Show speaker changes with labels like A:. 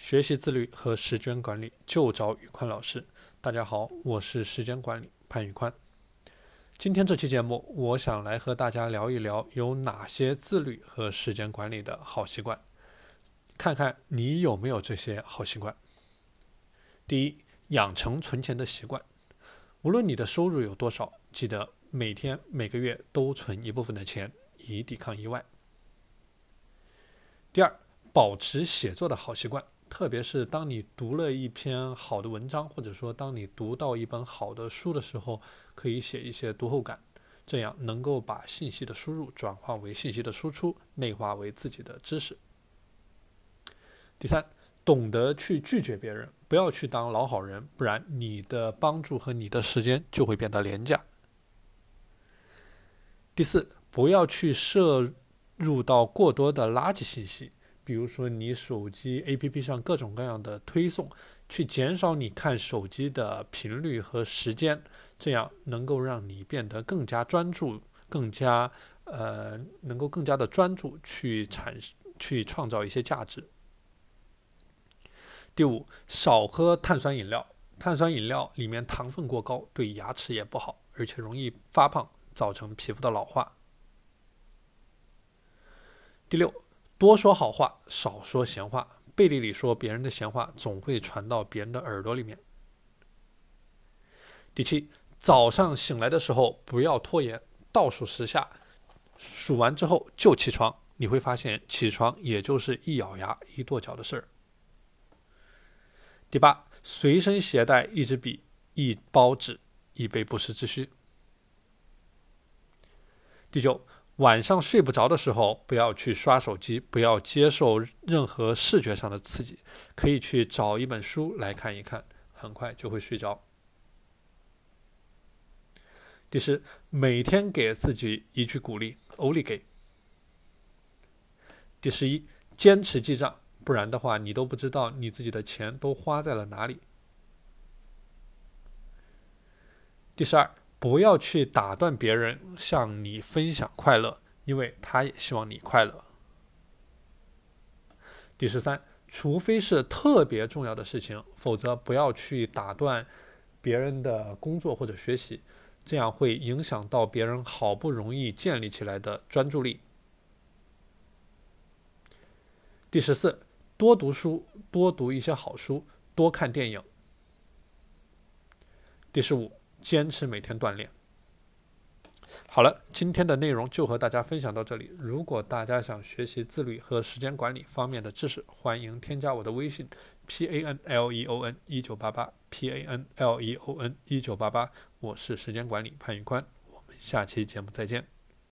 A: 学习自律和时间管理就找宇宽老师。大家好，我是时间管理潘宇宽。今天这期节目，我想来和大家聊一聊有哪些自律和时间管理的好习惯，看看你有没有这些好习惯。第一，养成存钱的习惯。无论你的收入有多少，记得每天每个月都存一部分的钱，以抵抗意外。第二，保持写作的好习惯，特别是当你读了一篇好的文章，或者说当你读到一本好的书的时候，可以写一些读后感，这样能够把信息的输入转化为信息的输出，内化为自己的知识。第三，懂得去拒绝别人，不要去当老好人，不然你的帮助和你的时间就会变得廉价。第四，不要去摄入到过多的垃圾信息，比如说你手机 APP 上各种各样的推送，去减少你看手机的频率和时间，这样能够让你变得更加专注，能够更加的专注去创造一些价值。第五，少喝碳酸饮料。碳酸饮料里面糖分过高，对牙齿也不好，而且容易发胖，造成皮肤的老化。第六，多说好话，少说闲话。背地里说别人的闲话，总会传到别人的耳朵里面。第七，早上醒来的时候不要拖延，倒数10下，数完之后就起床。你会发现，起床也就是一咬牙一跺脚的事儿。第八，随身携带一支笔、一包纸，以备不时之需。第九，晚上睡不着的时候，不要去刷手机，不要接受任何视觉上的刺激，可以去找一本书来看一看，很快就会睡着。第十，每天给自己一句鼓励，欧力给。第11，坚持记账，不然的话，你都不知道你自己的钱都花在了哪里。第12，不要去打断别人向你分享快乐，因为他也希望你快乐。第13，除非是特别重要的事情，否则不要去打断别人的工作或者学习，这样会影响到别人好不容易建立起来的专注力。第14，多读书，多读一些好书，多看电影。第15，坚持每天锻炼。好了，今天的内容就和大家分享到这里。如果大家想学习自律和时间管理方面的知识，欢迎添加我的微信 PANLEON1988 PANLEON1988，我是时间管理潘宇宽。我们下期节目再见。